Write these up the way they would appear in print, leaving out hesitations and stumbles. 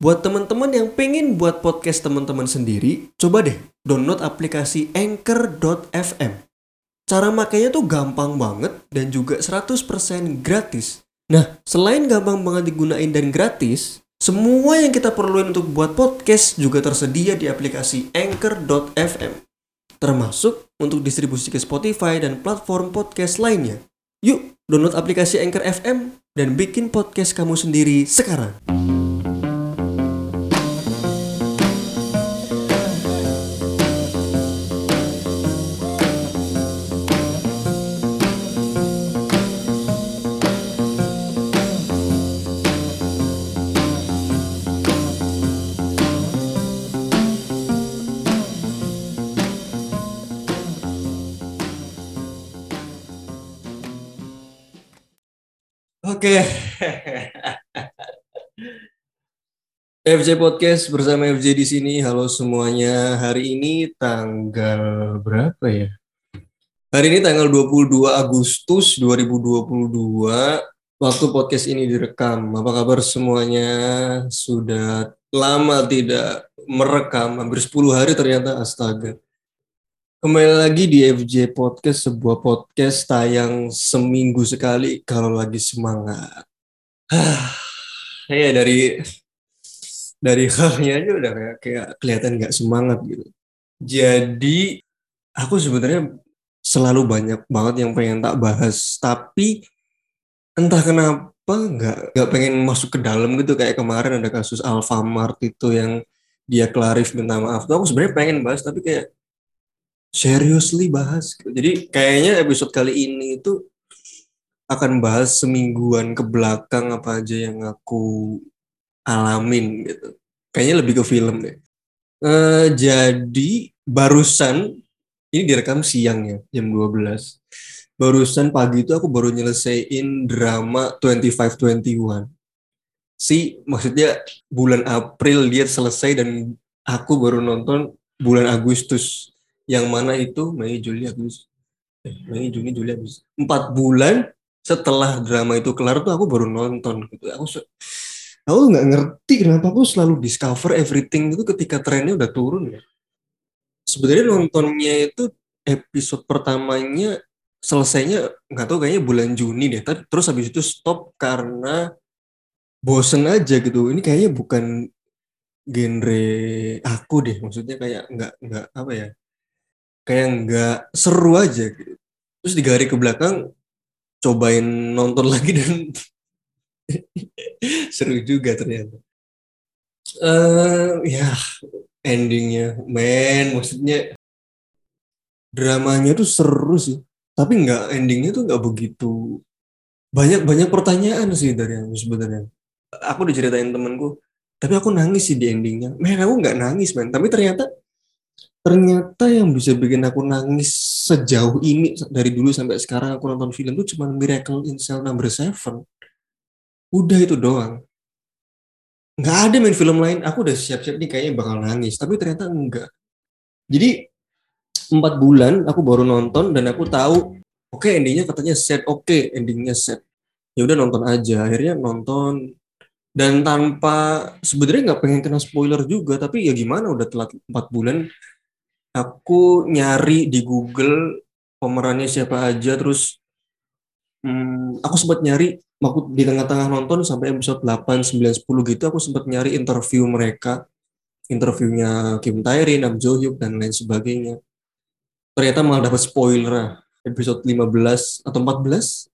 Buat teman-teman yang pengen buat podcast teman-teman sendiri, coba deh download aplikasi Anchor.fm. Cara makainya tuh gampang banget dan juga 100% gratis. Nah, selain gampang banget digunain dan gratis, semua yang kita perluin untuk buat podcast juga tersedia di aplikasi Anchor.fm. Termasuk untuk distribusi ke Spotify dan platform podcast lainnya. Yuk, download aplikasi Anchor FM dan bikin podcast kamu sendiri sekarang. Oke. FJ Podcast bersama FJ di sini. Halo semuanya. Hari ini tanggal berapa ya? Hari ini tanggal 22 Agustus 2022. Waktu podcast ini direkam. Apa kabar semuanya? Sudah lama tidak merekam, hampir 10 hari ternyata, astaga. Kembali lagi di FJ Podcast, sebuah podcast tayang seminggu sekali kalau lagi semangat. Ya dari halnya aja udah kayak kelihatan nggak semangat gitu. Jadi aku sebenarnya selalu banyak banget yang pengen tak bahas, tapi entah kenapa nggak pengen masuk ke dalam gitu. Kayak kemarin ada kasus Alfamart itu yang dia Clarif minta maaf. Tuh aku sebenarnya pengen bahas, tapi kayak seriously bahas gitu. Jadi kayaknya episode kali ini itu akan bahas semingguan ke belakang apa aja yang aku alamin gitu. Kayaknya lebih ke film deh. Jadi barusan ini direkam siang ya, jam 12. Barusan pagi itu aku baru nyelesain drama 2521. Maksudnya bulan April dia selesai dan aku baru nonton bulan Agustus. Yang mana itu Mei, Juli, Agustus. Mei, Juni, Juli, Agustus. 4 bulan setelah drama itu kelar tuh aku baru nonton gitu. Aku nggak ngerti kenapa aku selalu discover everything itu ketika trennya udah turun ya. Sebenarnya nontonnya itu episode pertamanya selesainya nggak tahu, kayaknya bulan Juni deh. Terus habis itu stop karena bosen aja gitu. Ini kayaknya bukan genre aku deh. Maksudnya kayak nggak apa ya? Kayak nggak seru aja gitu. Terus 3 hari ke belakang cobain nonton lagi dan seru juga ternyata. Ya endingnya, maksudnya dramanya tuh seru sih, tapi nggak, endingnya tuh nggak begitu, banyak pertanyaan sih dari aku sebenarnya. Aku diceritain temenku, tapi aku nangis sih di endingnya. Aku nggak nangis men, tapi ternyata yang bisa bikin aku nangis sejauh ini dari dulu sampai sekarang aku nonton film tuh cuma Miracle in Cell Number 7. Udah itu doang. Nggak ada main film lain. Aku udah siap-siap nih kayaknya bakal nangis, tapi ternyata enggak. Jadi 4 bulan aku baru nonton dan aku tahu, oke, endingnya katanya sad, oke, endingnya sad. Ya udah nonton aja. Akhirnya nonton dan tanpa, sebenarnya nggak pengen kena spoiler juga, tapi ya gimana, udah telat 4 bulan. Aku nyari di Google pemerannya siapa aja, terus aku sempat nyari waktu di tengah-tengah nonton sampai episode 8, 9, 10 gitu, aku sempat nyari interview mereka, interviewnya Kim Tae-rin, Nam Jo Hyuk dan lain sebagainya. Ternyata malah dapat spoiler episode 15 atau 14,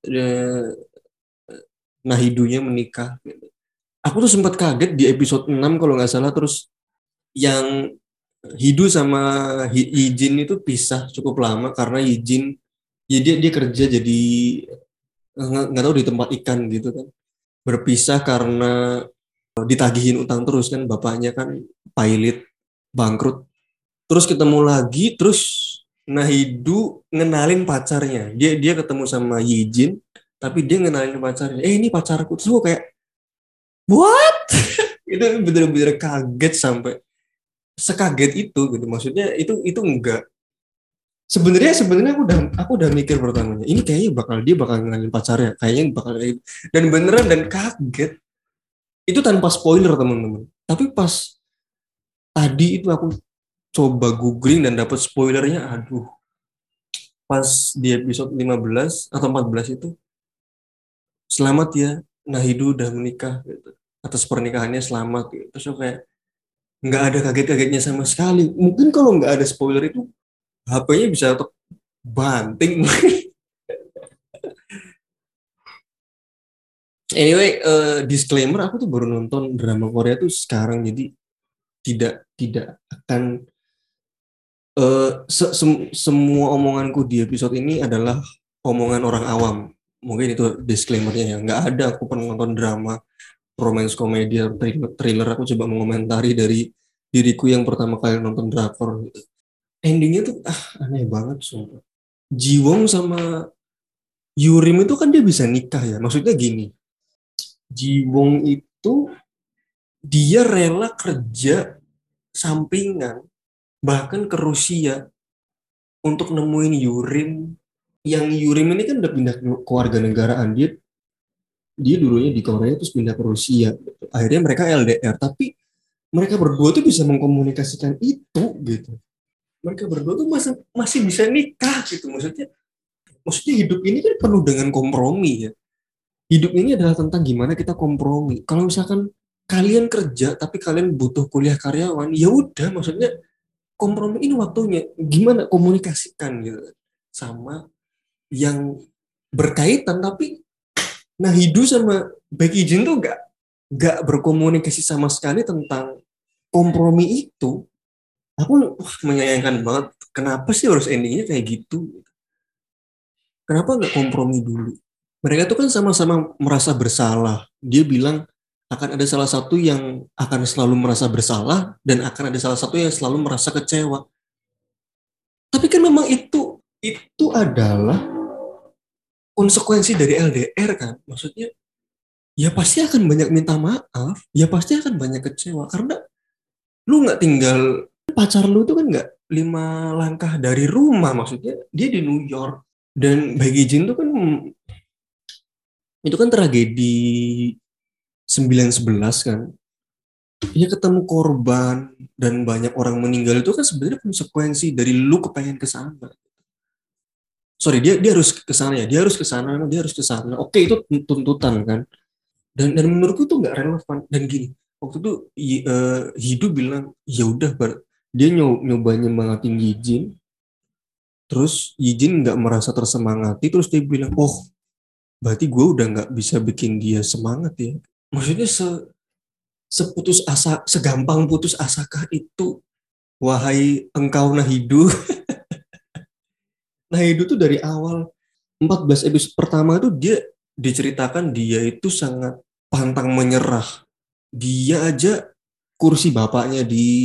Nahidunya menikah. Aku tuh sempat kaget di episode 6 kalau nggak salah, terus yang Hidu sama Yijin itu pisah cukup lama karena Yijin, ya dia kerja jadi nggak tahu di tempat ikan gitu kan, berpisah karena ditagihin utang terus kan, bapaknya kan pilot bangkrut. Terus ketemu lagi, terus Nahidu ngenalin pacarnya, dia ketemu sama Yijin tapi dia ngenalin pacarnya, ini pacarku. Terus gue kayak what? Itu bener-bener kaget, sampai sekaget itu gitu. Maksudnya itu enggak, sebenarnya aku udah mikir pertamanya ini kayaknya dia bakal ngenalin pacarnya, kayaknya bakal kayak gitu. Dan beneran, dan kaget itu tanpa spoiler teman-teman, Tapi pas tadi itu aku coba googling dan dapat spoilernya, aduh, pas di episode 15 atau 14 itu, selamat ya, Nahidu udah menikah gitu. Atas pernikahannya selamat gitu. Terus aku kayak nggak ada kaget-kagetnya sama sekali. Mungkin kalau nggak ada spoiler itu HP-nya bisa banting. Anyway, disclaimer, aku tuh baru nonton drama Korea tuh sekarang, jadi tidak akan semua omonganku di episode ini adalah omongan orang awam. Mungkin itu disclaimernya ya. Nggak ada aku pernah nonton drama, romance komedi, thriller. Aku coba mengomentari dari diriku yang pertama kali nonton drakor. Endingnya tuh aneh banget sumpah. Jiwon sama Yurim itu kan dia bisa nikah ya. Maksudnya gini, Jiwon itu dia rela kerja sampingan bahkan ke Rusia untuk nemuin Yurim. Yang Yurim ini kan udah pindah ke warga negaraan, dia dia dulunya di Korea terus pindah ke Rusia gitu. Akhirnya mereka LDR, tapi mereka berdua tuh bisa mengkomunikasikan itu gitu. Mereka berdua tuh masih masih bisa nikah gitu. Maksudnya hidup ini kan penuh dengan kompromi ya. Hidup ini adalah tentang gimana kita kompromi. Kalau misalkan kalian kerja tapi kalian butuh kuliah karyawan, ya udah, maksudnya kompromi ini waktunya gimana komunikasikan gitu sama yang berkaitan. Tapi Nahidu sama Becky Jin tuh gak berkomunikasi sama sekali tentang kompromi itu. Aku menyayangkan banget, kenapa sih harus endingnya kayak gitu, kenapa nggak kompromi dulu. Mereka tuh kan sama-sama merasa bersalah. Dia bilang akan ada salah satu yang akan selalu merasa bersalah dan akan ada salah satu yang selalu merasa kecewa. Tapi kan memang itu adalah konsekuensi dari LDR kan. Maksudnya ya pasti akan banyak minta maaf, ya pasti akan banyak kecewa karena lu nggak tinggal, pacar lu tuh kan nggak 5 langkah dari rumah, maksudnya dia di New York. Dan Baekhyun Jin tuh kan itu kan tragedi 9/11 kan. Dia ketemu korban dan banyak orang meninggal, itu kan sebenarnya konsekuensi dari lu kepengen ke sana. Sorry, dia harus ke sana ya, dia harus ke sana, memang dia harus ke sana. Oke, itu tuntutan kan. Dan menurutku tuh nggak relevan. Dan gini, waktu itu Hidu bilang ya udah, dia nyoba nyemangatin Yijin, terus Yijin nggak merasa tersemangati, terus dia bilang, oh berarti gue udah nggak bisa bikin dia semangat ya. Maksudnya seputus asa, segampang putus asakah itu, wahai engkau Nahidu. Nahidu tuh dari awal 14 episode pertama itu dia diceritakan dia itu sangat pantang menyerah. Dia aja kursi bapaknya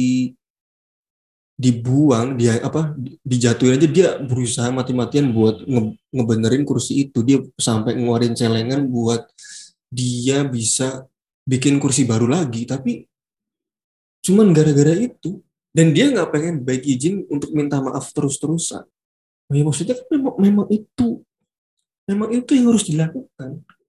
dibuang, dia apa, dijatuhin aja dia berusaha mati-matian buat ngebenerin kursi itu. Dia sampai ngeluarin celengan buat dia bisa bikin kursi baru lagi, tapi cuman gara-gara itu. Dan dia nggak pengen baik izin untuk minta maaf terus-terusan. Ya, maksudnya kan memang itu yang harus dilakukan.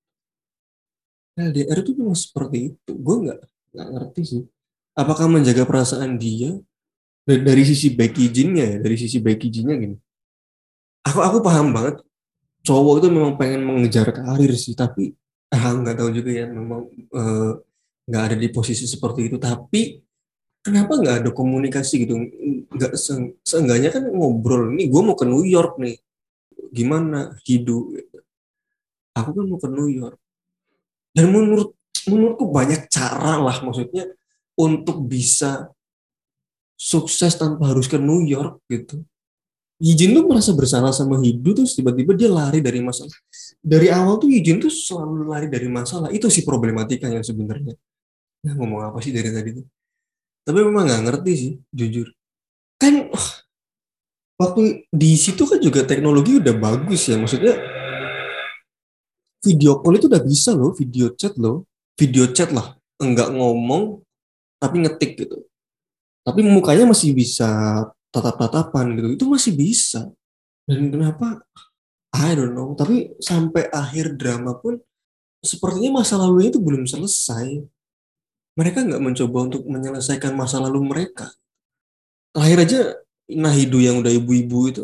LDR itu memang seperti itu. Gue nggak ngerti sih. Apakah menjaga perasaan dia dari sisi baik izinnya ya, dari sisi baik izinnya gini. Aku paham banget, cowok itu memang pengen mengejar karir sih, tapi nggak tahu juga ya, memang eh, nggak ada di posisi seperti itu. Tapi kenapa nggak ada komunikasi gitu? Nggak seenggaknya kan ngobrol. Nih gue mau ke New York nih, gimana hidup? Aku kan mau ke New York. Dan menurutku banyak cara lah, maksudnya untuk bisa sukses tanpa harus ke New York gitu. Yijin tuh merasa bersalah sama hidup, terus tiba-tiba dia lari dari masalah. Dari awal tuh Yijin tuh selalu lari dari masalah. Itu sih problematikanya sebenarnya. Nah, ngomong apa sih dari tadi tuh? Tapi memang nggak ngerti sih, jujur. Kan waktu di situ kan juga teknologi udah bagus ya. Maksudnya video call itu udah bisa loh, video chat loh. Video chat lah. Enggak ngomong, tapi ngetik gitu. Tapi mukanya masih bisa tatap-tatapan gitu. Itu masih bisa. Dan kenapa? I don't know. Tapi sampai akhir drama pun sepertinya masa lalunya itu belum selesai. Mereka nggak mencoba untuk menyelesaikan masa lalu mereka. Lahir aja Nahido yang udah ibu-ibu itu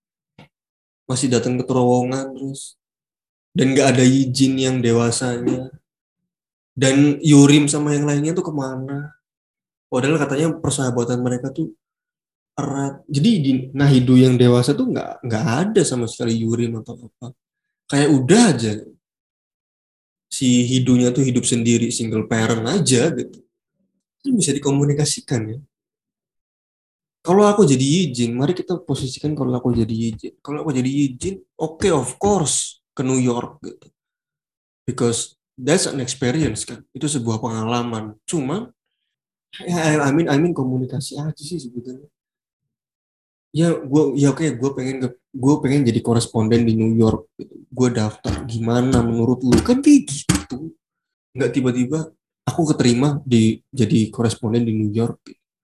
masih datang ke terowongan terus, dan nggak ada izin yang dewasanya, dan Yurim sama yang lainnya tuh kemana, padahal katanya persahabatan mereka tuh erat. Jadi di Nahido yang dewasa tuh nggak ada sama sekali Yurim atau apa, kayak udah aja si Hidunya tuh hidup sendiri single parent aja gitu. Itu bisa dikomunikasikan ya. Kalau aku jadi Yijin, mari kita posisikan kalau aku jadi Yijin. Kalau aku jadi Yijin, oke, of course ke New York gitu. Because that's an experience kan. Itu sebuah pengalaman. Cuma ya I mean komunikasi aja sih sebetulnya. Ya gue pengen jadi koresponden di New York gitu. Gue daftar gimana menurut lu kan kayak gitu. Nggak tiba-tiba aku keterima di jadi koresponden di New York.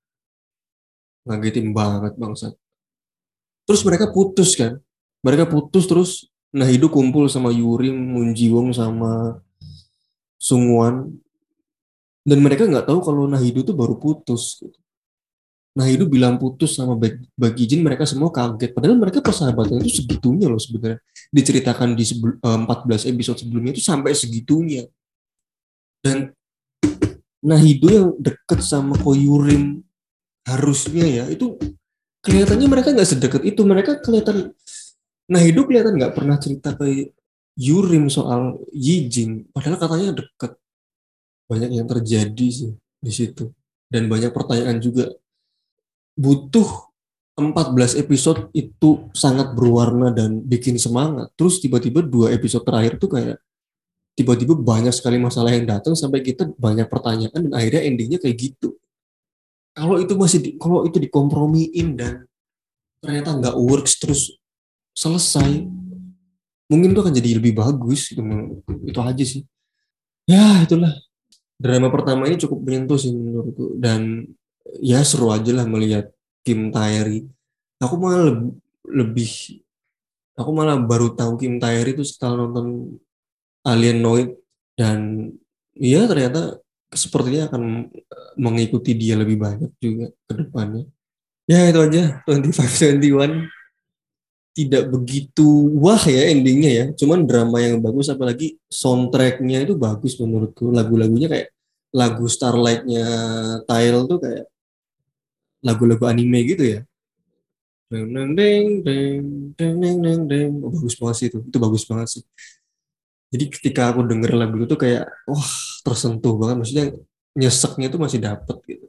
Ngagetin banget bangsa. Terus mereka putus kan. Mereka putus terus nah hidup kumpul sama Yurim, Moon Ji-won sama Sungwon, dan mereka nggak tahu kalau Nahido tuh baru putus gitu. Nahido bilang putus sama Bagijin, mereka semua kaget. Padahal mereka persahabatan itu segitunya loh sebenarnya. Diceritakan di 14 episode sebelumnya itu sampai segitunya. Dan Nahido yang deket sama Koyurim harusnya ya itu kelihatannya mereka nggak sedekat itu. Mereka kelihatan Nahido kelihatan nggak pernah cerita ke Yurim soal Yijing. Padahal katanya deket. Banyak yang terjadi sih di situ. Dan banyak pertanyaan juga. Butuh 14 episode itu sangat berwarna dan bikin semangat. Terus tiba-tiba 2 episode terakhir tuh kayak tiba-tiba banyak sekali masalah yang datang sampai kita banyak pertanyaan dan akhirnya endingnya kayak gitu. Kalau itu dikompromiin dan ternyata nggak works terus selesai, mungkin itu akan jadi lebih bagus gitu. Itu aja sih. Ya, itulah. Drama pertama ini cukup menyentuh sih menurutku, dan ya seru aja lah melihat Kim Tae-ri. Aku malah lebih aku malah baru tahu Kim Tae-ri itu setelah nonton Alienoid, dan iya ternyata sepertinya akan mengikuti dia lebih banyak juga ke depannya. Ya itu aja 25-21, tidak begitu wah ya endingnya ya. Cuman drama yang bagus, apalagi soundtracknya itu bagus menurutku. Lagu-lagunya kayak lagu Starlight-nya Tile tuh kayak lagu-lagu anime gitu ya. Deng deng deng deng deng deng deng deng. Oh, bagus banget sih itu. Itu bagus banget sih. Jadi ketika aku denger lagu itu kayak wah, tersentuh banget. Maksudnya nyeseknya itu masih dapet gitu.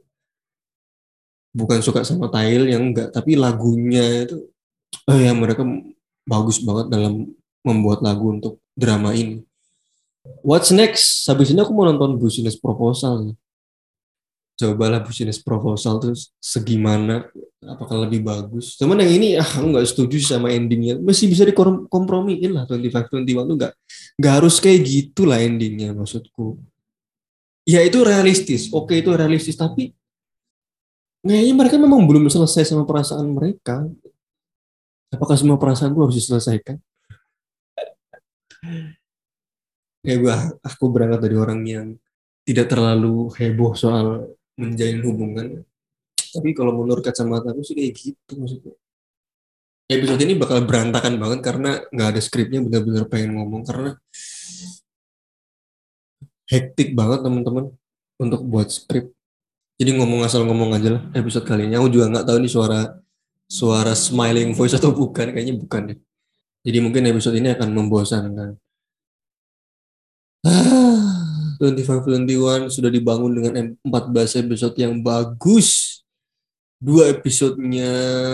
Bukan suka sama Tile yang enggak, tapi lagunya itu ya mereka bagus banget dalam membuat lagu untuk drama ini. What's next? Habis ini aku mau nonton Business Proposal. Cobalah Business Proposal tuh segimana, apakah lebih bagus. Cuman yang ini aku nggak setuju sama endingnya. Masih bisa dikompromiin lah 25-21 tuh nggak harus kayak gitu lah endingnya maksudku. Ya itu realistis, oke itu realistis, tapi kayaknya mereka memang belum selesai sama perasaan mereka. Apakah semua perasaan itu harus diselesaikan? Ya aku berangkat dari orang yang tidak terlalu heboh soal menjalin hubungan. Tapi kalau menurut kacamata aku sih kayak gitu maksudnya. Episode ini bakal berantakan banget karena nggak ada skripnya, bener-bener pengen ngomong karena hektik banget teman-teman untuk buat skrip. Jadi ngomong asal ngomong aja lah episode kali ini. Aku juga nggak tahu ini suara suara smiling voice atau bukan, kayaknya bukan deh. Jadi mungkin episode ini akan membosankan. 25-21 sudah dibangun dengan 14 episode yang bagus. 2 episodenya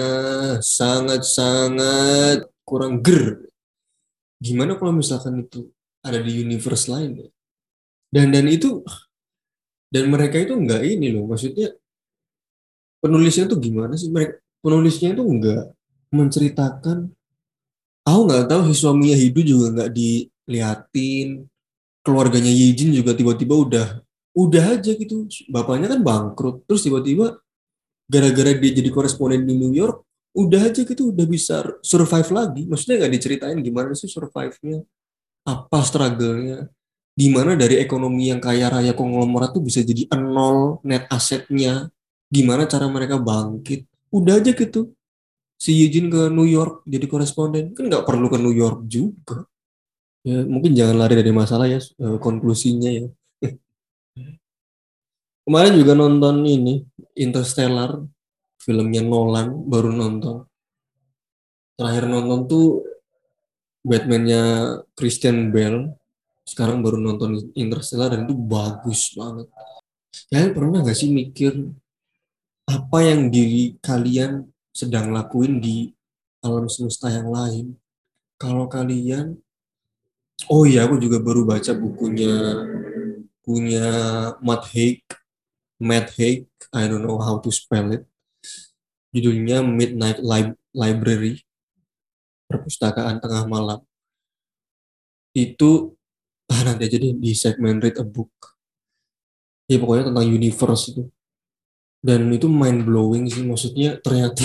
sangat-sangat kurang ger. Gimana kalau misalkan itu ada di universe lain ya? Dan itu dan mereka itu enggak ini loh, maksudnya penulisnya tuh gimana sih, mereka penulisnya itu enggak menceritakan, aku nggak tahu si suaminya Hidu juga nggak diliatin, keluarganya Yijin juga tiba-tiba udah aja gitu, bapaknya kan bangkrut terus tiba-tiba gara-gara dia jadi koresponden di New York udah aja gitu udah bisa survive lagi. Maksudnya nggak diceritain gimana sih survive-nya, apa struggle-nya. Gimana dari ekonomi yang kaya raya konglomerat tuh bisa jadi nol net asetnya? Gimana cara mereka bangkit? Udah aja gitu. Si Eugene ke New York jadi koresponden. Kan nggak perlu ke New York juga. Ya, mungkin jangan lari dari masalah ya, konklusinya ya. Kemarin juga nonton ini, Interstellar, filmnya Nolan, baru nonton. Terakhir nonton tuh Batman-nya Christian Bale. Sekarang baru nonton Interstellar dan itu bagus banget. Kalian pernah nggak sih mikir apa yang diri kalian sedang lakuin di alam semesta yang lain? Kalau kalian, oh iya aku juga baru baca bukunya punya Matt Haig, Matt Haig, I don't know how to spell it. Judulnya Midnight Library, perpustakaan tengah malam. Itu nanti aja deh di segmen Read a Book. Ya pokoknya tentang universe itu. Dan itu mind blowing sih, maksudnya ternyata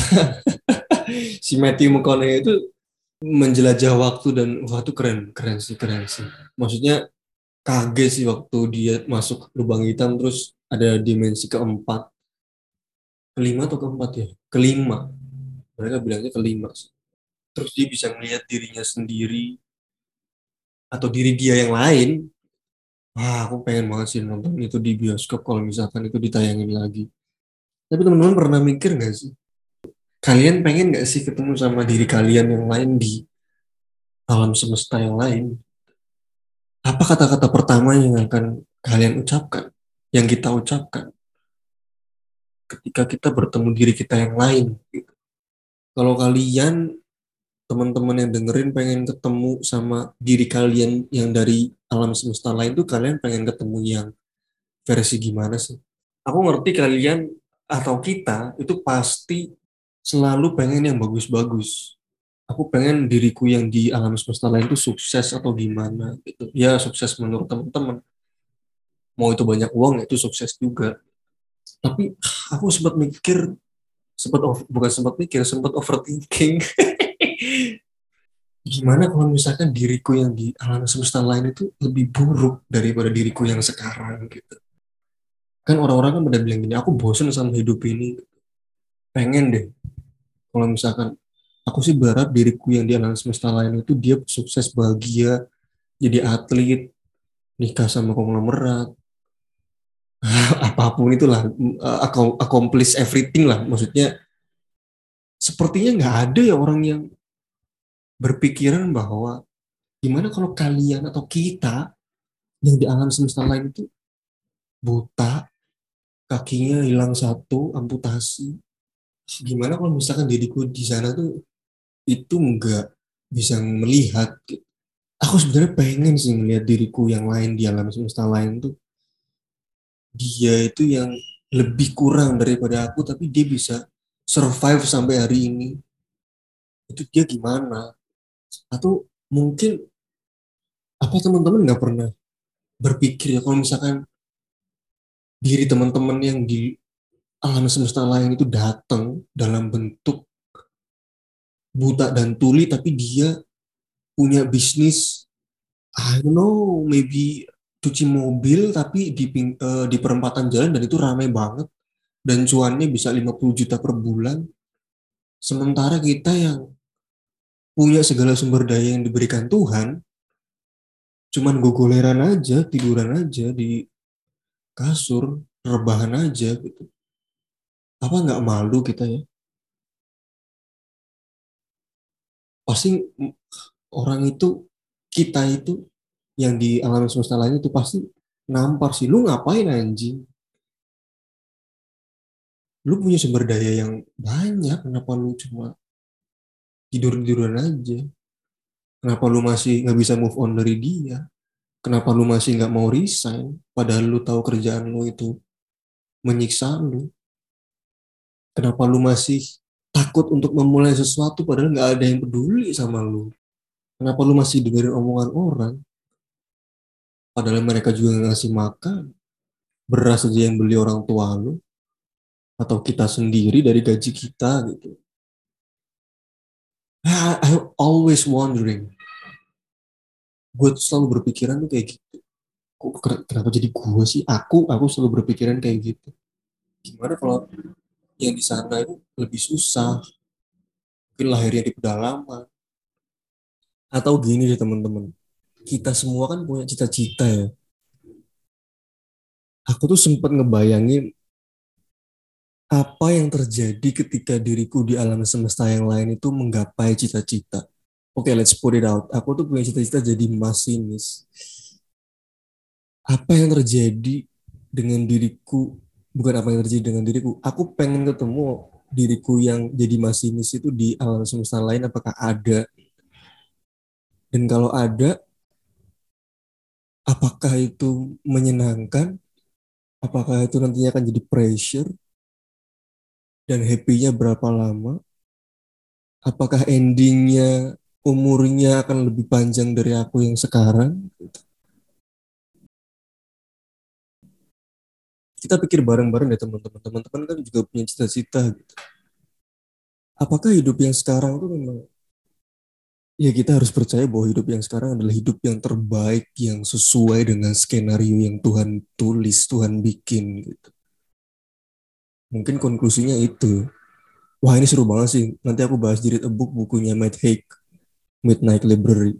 si Matthew McConaughey itu menjelajah waktu dan wah itu keren, keren sih. Maksudnya kaget sih waktu dia masuk lubang hitam terus ada dimensi keempat, kelima atau keempat ya? Kelima. Mereka bilangnya kelima sih. Terus dia bisa melihat dirinya sendiri atau diri dia yang lain. Wah, aku pengen banget sih nonton itu di bioskop kalau misalkan itu ditayangin lagi. Tapi teman-teman pernah mikir nggak sih? Kalian pengen nggak sih ketemu sama diri kalian yang lain di alam semesta yang lain? Apa kata-kata pertama yang akan kalian ucapkan? Yang kita ucapkan ketika kita bertemu diri kita yang lain? Gitu. Kalau kalian, teman-teman yang dengerin pengen ketemu sama diri kalian yang dari alam semesta lain tuh kalian pengen ketemu yang versi gimana sih? Aku ngerti kalian atau kita itu pasti selalu pengen yang bagus-bagus. Aku pengen diriku yang di alam semesta lain itu sukses atau gimana gitu. Ya sukses menurut teman-teman. Mau itu banyak uang ya itu sukses juga. Tapi aku sempat mikir, bukan sempat mikir, sempat overthinking. Gimana kalau misalkan diriku yang di alam semesta lain itu lebih buruk daripada diriku yang sekarang gitu. Kan orang-orang kan pada bilang gini, aku bosen sama hidup ini. Pengen deh kalau misalkan aku sih berharap diriku yang di alam semesta lain itu dia sukses bahagia jadi atlet nikah sama konglomerat apapun itulah accomplish everything lah maksudnya sepertinya nggak ada ya orang yang berpikiran bahwa gimana kalau kalian atau kita yang di alam semesta lain itu buta kakinya hilang satu amputasi gimana kalau misalkan diriku di sana tuh itu nggak bisa melihat gitu. Aku sebenarnya pengen sih melihat diriku yang lain di alam semesta lain tuh dia itu yang lebih kurang daripada aku tapi dia bisa survive sampai hari ini itu dia gimana atau mungkin apa teman-teman nggak pernah berpikir ya kalau misalkan diri teman-teman yang di alam semesta lain itu datang dalam bentuk buta dan tuli tapi dia punya bisnis I don't know maybe cuci mobil tapi di perempatan jalan dan itu ramai banget dan cuannya bisa 50 juta per bulan sementara kita yang punya segala sumber daya yang diberikan Tuhan cuman gogoleran aja tiduran aja di kasur rebahan aja gitu apa nggak malu kita ya pasti orang itu kita itu yang di alam semesta lain itu pasti nampar sih lu ngapain anjing lu punya sumber daya yang banyak kenapa lu cuma tidur tiduran aja kenapa lu masih nggak bisa move on dari dia kenapa lu masih nggak mau resign padahal lu tahu kerjaan lu itu menyiksa lu kenapa lu masih takut untuk memulai sesuatu padahal nggak ada yang peduli sama lu kenapa lu masih dengerin omongan orang padahal mereka juga nggak ngasih makan beras aja yang beli orang tua lu atau kita sendiri dari gaji kita gitu. I always wondering. Gue tuh selalu berpikiran tuh kayak gitu. kenapa jadi gue sih? Aku selalu berpikiran kayak gitu. Gimana kalau yang di sana itu lebih susah, mungkin lahirnya di pedalaman. Atau gini deh teman-teman, kita semua kan punya cita-cita ya. Aku tuh sempat ngebayangin apa yang terjadi ketika diriku di alam semesta yang lain itu menggapai cita-cita. Oke, let's put it out. Aku tuh punya cita-cita jadi masinis. Apa yang terjadi dengan diriku, bukan apa yang terjadi dengan diriku. Aku pengen ketemu diriku yang jadi masinis itu di alam semesta lain, apakah ada? Dan kalau ada, apakah itu menyenangkan? Apakah itu nantinya akan jadi pressure? Dan happy-nya berapa lama? Apakah endingnya umurnya akan lebih panjang dari aku yang sekarang? Kita pikir bareng-bareng ya teman-teman. Teman-teman kan juga punya cita-cita gitu. Apakah hidup yang sekarang tuh memang, ya kita harus percaya bahwa hidup yang sekarang adalah hidup yang terbaik, yang sesuai dengan skenario yang Tuhan tulis, Tuhan bikin gitu. Mungkin konklusinya itu. Wah, ini seru banget sih. Nanti aku bahas di Read a Book bukunya Matt Haig, Midnight Library.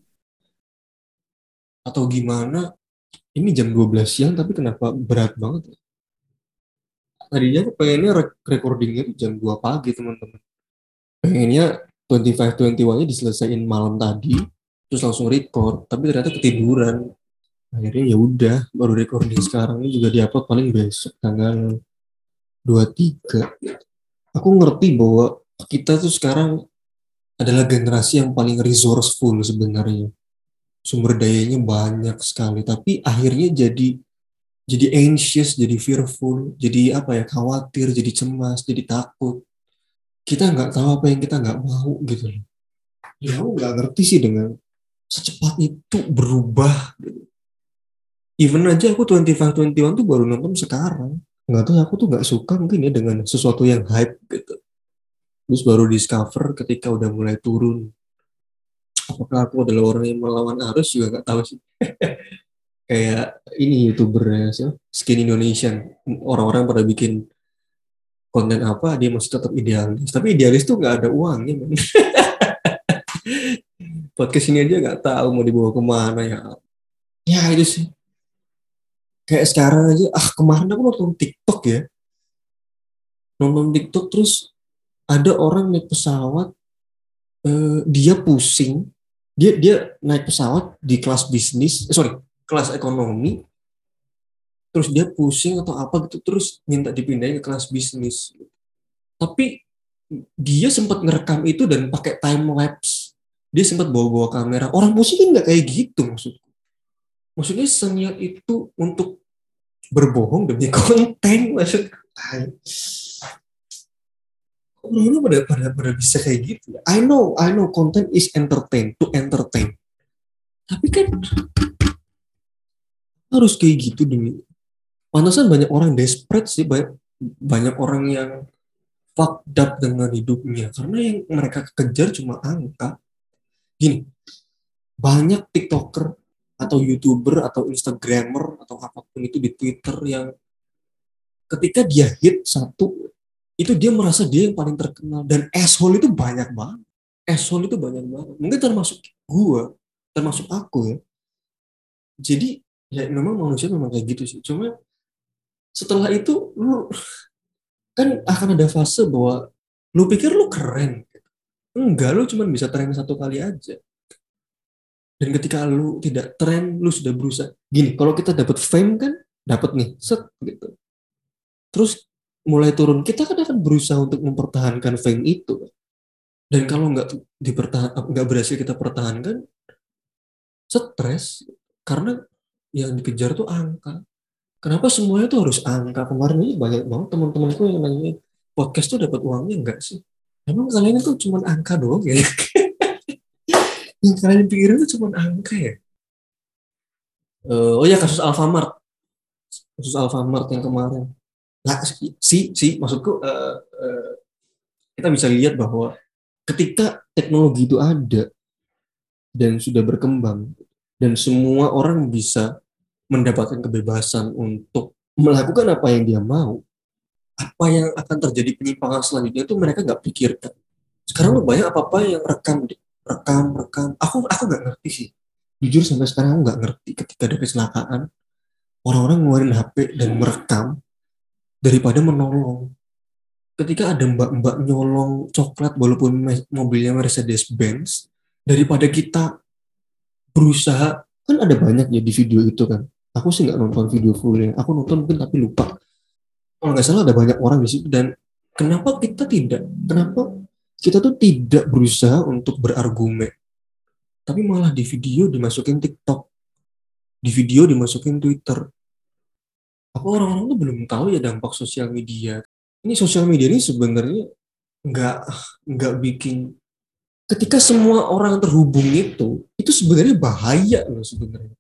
Atau gimana, ini jam 12 siang tapi kenapa berat banget ya? Tadinya aku pengennya recordingnya itu jam 2 pagi teman-teman. Pengennya 25-21-nya diselesaikan malam tadi, terus langsung record. Tapi ternyata ketiduran. Akhirnya ya udah, baru recording sekarang. Ini juga diupload paling besok tanggal 23. Aku ngerti bahwa kita tuh sekarang adalah generasi yang paling resourceful sebenarnya. Sumber dayanya banyak sekali, tapi akhirnya jadi anxious, jadi fearful, jadi apa ya, khawatir, jadi cemas, jadi takut. Kita nggak tahu apa yang kita nggak mau gitu loh. Ya aku nggak ngerti sih dengan secepat itu berubah. Even aja aku 25-21 tuh baru nonton sekarang. Nggak tahu, aku tuh nggak suka mungkin ya dengan sesuatu yang hype gitu. Terus baru discover ketika udah mulai turun. Apakah aku adalah orang yang melawan arus juga nggak tahu sih. Kayak ini YouTuber ya, Skin Indonesian. Orang-orang pada bikin konten apa, dia masih tetap idealis. Tapi idealis tuh nggak ada uangnya, man. Podcast ini aja nggak tahu mau dibawa kemana ya. Ya itu sih. Kayak sekarang aja, kemarin aku nonton TikTok ya. Nonton TikTok terus ada orang naik pesawat, dia pusing. Dia naik pesawat di kelas bisnis, sorry, kelas ekonomi, terus dia pusing atau apa gitu, terus minta dipindahin ke kelas bisnis. Tapi dia sempat ngerekam itu dan pakai time lapse. Dia sempat bawa-bawa kamera. Orang pusing kan nggak kayak gitu maksudku. Maksudnya seniat itu untuk berbohong demi konten, maksudku. Orang pada bisa kayak gitu ya. I know content is entertain, to entertain. Tapi kan harus kayak gitu demi. Pantasan banyak orang desperate sih, banyak orang yang fucked up dengan hidupnya karena yang mereka kejar cuma angka. Gini, banyak TikToker atau YouTuber atau Instagrammer atau apapun itu di Twitter yang ketika dia hit satu, itu dia merasa dia yang paling terkenal, dan asshole itu banyak banget. Asshole itu banyak banget. Mungkin termasuk gua, termasuk aku ya. Jadi ya memang manusia memang kayak gitu sih. Cuma setelah itu lu kan akan ada fase bahwa lu pikir lu keren. Enggak, lu cuma bisa tren satu kali aja. Dan ketika lu tidak tren, lu sudah berusaha. Gini, kalau kita dapat fame kan, dapat nih, set gitu. Terus mulai turun, kita kan akan berusaha untuk mempertahankan fame itu. Dan kalau nggak berhasil kita pertahankan, stres. Karena yang dikejar tuh angka. Kenapa semuanya tuh harus angka? Kemarin ini banyak banget teman-temanku yang nanya, podcast tuh dapat uangnya enggak sih? Emang kalian itu cuma angka doang ya? Yang kalian pikirin itu cuma angka ya? Oh ya, kasus Alfamart yang kemarin. Nah, maksudku, kita bisa lihat bahwa ketika teknologi itu ada dan sudah berkembang dan semua orang bisa mendapatkan kebebasan untuk melakukan apa yang dia mau, apa yang akan terjadi penyimpangan selanjutnya itu mereka nggak pikirkan. Sekarang lu banyak apa-apa yang rekam, rekam, rekam. Aku nggak ngerti sih. Jujur sampai sekarang aku nggak ngerti ketika ada kecelakaan, orang-orang ngeluarin HP dan merekam daripada menolong. Ketika ada mbak-mbak nyolong coklat walaupun mobilnya Mercedes-Benz, daripada kita berusaha, kan ada banyak ya di video itu kan. Aku sih nggak nonton video fullnya. Aku nonton mungkin tapi lupa. Kalau nggak salah ada banyak orang di situ dan kenapa kita tuh tidak berusaha untuk berargumen, tapi malah di video dimasukin TikTok, di video dimasukin Twitter. Apa orang-orang tuh belum tahu ya dampak sosial media? Ini sosial media ini sebenarnya nggak nggak bikin, ketika semua orang terhubung itu sebenarnya bahaya loh sebenarnya.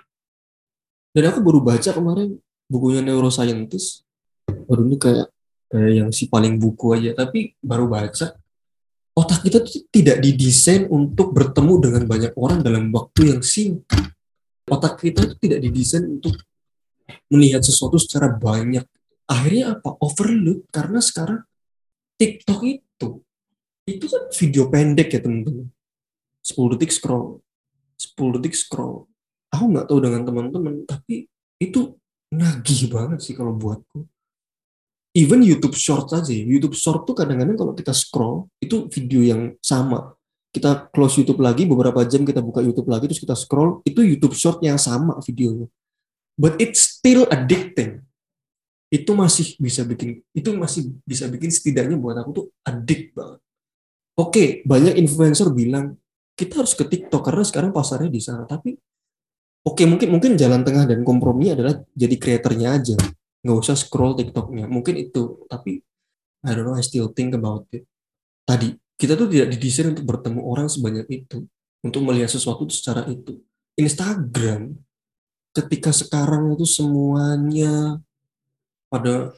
Dan aku baru baca kemarin bukunya neuroscientist, baru ini kayak yang si paling buku aja, tapi baru baca otak kita tuh tidak didesain untuk bertemu dengan banyak orang dalam waktu yang singkat. Otak kita tuh tidak didesain untuk melihat sesuatu secara banyak. Akhirnya apa? Overload karena sekarang TikTok itu kan video pendek ya teman-teman. 10 detik scroll, 10 detik scroll. Aku nggak tahu dengan teman-teman, tapi itu nagih banget sih kalau buatku. Even YouTube Short aja, YouTube Short tuh kadang-kadang kalau kita scroll, itu video yang sama. Kita close YouTube lagi, beberapa jam kita buka YouTube lagi, terus kita scroll, itu YouTube Short yang sama videonya. But it's still addicting. Itu masih bisa bikin setidaknya buat aku tuh addict banget. Oke, banyak influencer bilang, kita harus ke TikTok karena sekarang pasarnya di sana. Tapi oke, mungkin jalan tengah dan kompromi adalah jadi kreatornya aja, nggak usah scroll TikToknya, mungkin itu. Tapi I don't know, I still think about it. Tadi kita tuh tidak didesain untuk bertemu orang sebanyak itu, untuk melihat sesuatu secara itu. Instagram ketika sekarang itu semuanya pada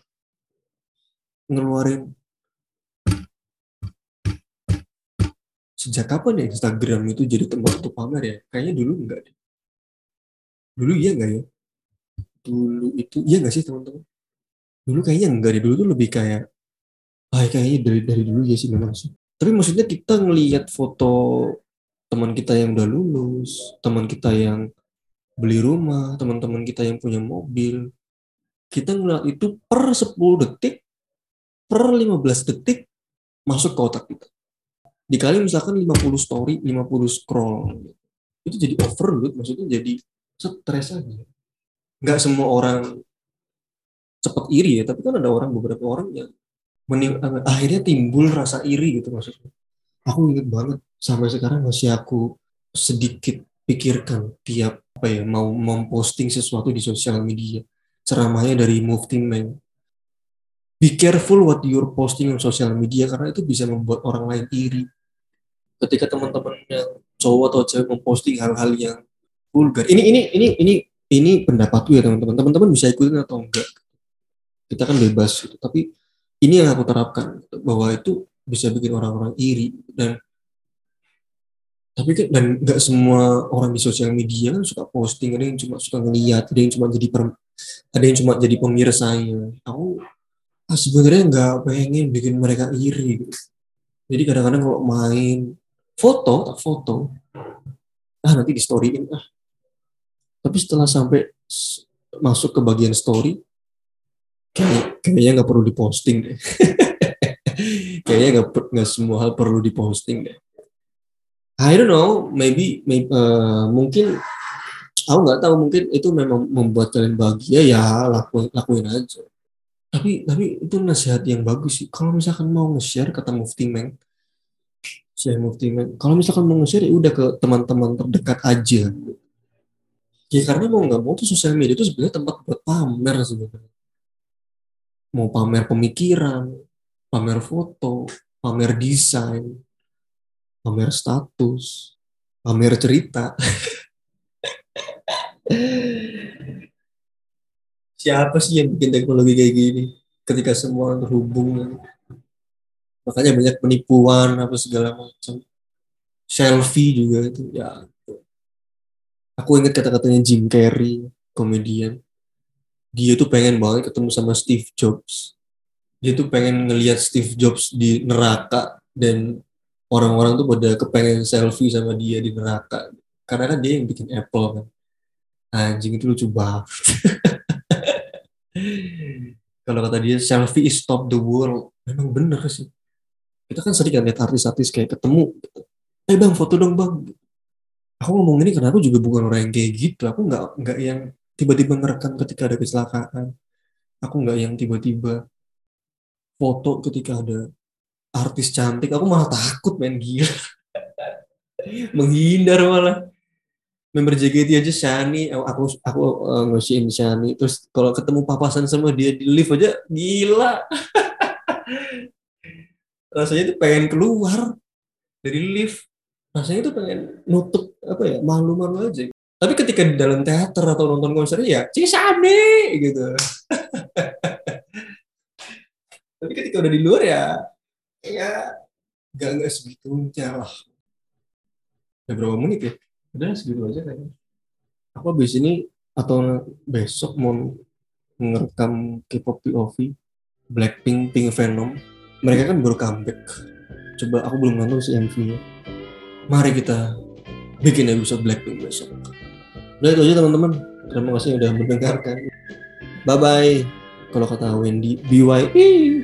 ngeluarin, sejak kapan ya Instagram itu jadi tempat untuk pamer ya? Kayaknya dulu enggak deh. Dulu iya enggak ya? Dulu itu iya enggak sih teman-teman? Dulu kayaknya enggak deh. Dulu tuh lebih kayak, kayaknya dari dulu ya sih memang sih. Tapi maksudnya kita ngelihat foto teman kita yang udah lulus, teman kita yang beli rumah, teman-teman kita yang punya mobil, kita ngeliat itu per 10 detik, per 15 detik masuk ke otak kita. Dikali misalkan 50 story, 50 scroll, itu jadi overload, maksudnya jadi stres aja. Nggak semua orang cepat iri ya, tapi kan ada beberapa orang yang akhirnya timbul rasa iri gitu maksudnya. Aku inget banget sampai sekarang masih aku sedikit pikirkan tiap apa ya mau memposting sesuatu di sosial media. Ceramahnya dari Mufti Meng. Be careful what you're posting on social media karena itu bisa membuat orang lain iri. Ketika teman-teman yang cowok atau cewek memposting hal-hal yang vulgar. Ini pendapatku ya teman-teman. Teman-teman bisa ikutin atau enggak. Kita kan bebas gitu. Tapi ini yang aku terapkan bahwa itu bisa bikin orang-orang iri dan tapi kan dan nggak semua orang di sosial media kan suka posting, ada yang cuma suka ngeliat, ada yang cuma jadi pemirsanya. Aku sebenarnya nggak pengen bikin mereka iri gitu. Jadi kadang-kadang kalau main foto nanti di storyin tapi setelah sampai masuk ke bagian story kayaknya nggak perlu diposting deh. Kayaknya nggak semua hal perlu diposting deh. I don't know, mungkin aku nggak tahu, mungkin itu memang membuat kalian bahagia ya, lakuin aja. Tapi itu nasihat yang bagus sih. Kalau misalkan mau nge-share kata Mufti Meng, kalau misalkan mau nge-share ya udah ke teman-teman terdekat aja. Ya karena mau nggak mau tuh sosial media itu sebenarnya tempat buat pamer sebenarnya. Mau pamer pemikiran, pamer foto, pamer desain, pamer status, pamer cerita. Siapa sih yang bikin teknologi kayak gini? Ketika semua terhubung, makanya banyak penipuan apa segala macam. Selfie juga itu ya. Aku ingat kata-katanya Jim Carrey. komedian. Dia tuh pengen banget ketemu sama Steve Jobs. Dia tuh pengen ngelihat Steve Jobs di neraka dan orang-orang tuh pada kepengen selfie sama dia di neraka. Karena kan dia yang bikin Apple kan. Anjing itu lucu banget. Kalau kata dia selfie is stop the world. Memang bener sih. Kita kan sering kan lihat artis-artis kayak ketemu. Bang foto dong bang. Aku ngomong ini karena aku juga bukan orang yang kayak gitu. Aku nggak yang tiba-tiba ngerekam ketika ada kecelakaan. Aku nggak yang tiba-tiba foto ketika ada artis cantik. Aku malah takut main gila. Menghindar malah. Member JKT aja Shani, aku ngosiin Shani. Terus kalau ketemu papasan sama dia di lift aja gila. Rasanya tuh pengen keluar dari lift. Rasanya tuh pengen nutup apa ya, malu-malu aja. Tapi ketika di dalam teater atau nonton konser ya Cisane gitu. Tapi ketika udah di luar ya nggak segitunya lah. Ya berapa menit ya? Udah segitu aja kayaknya. Aku habis ini atau besok mau ngerekam K-pop POV Blackpink Pink Venom. Mereka kan baru comeback. Coba aku belum nonton si MV-nya. Mari kita bikin episode Blackpink besok. Udah itu aja teman-teman. Terima kasih udah mendengarkan. Bye bye. Kalau kata Wendy, BYE.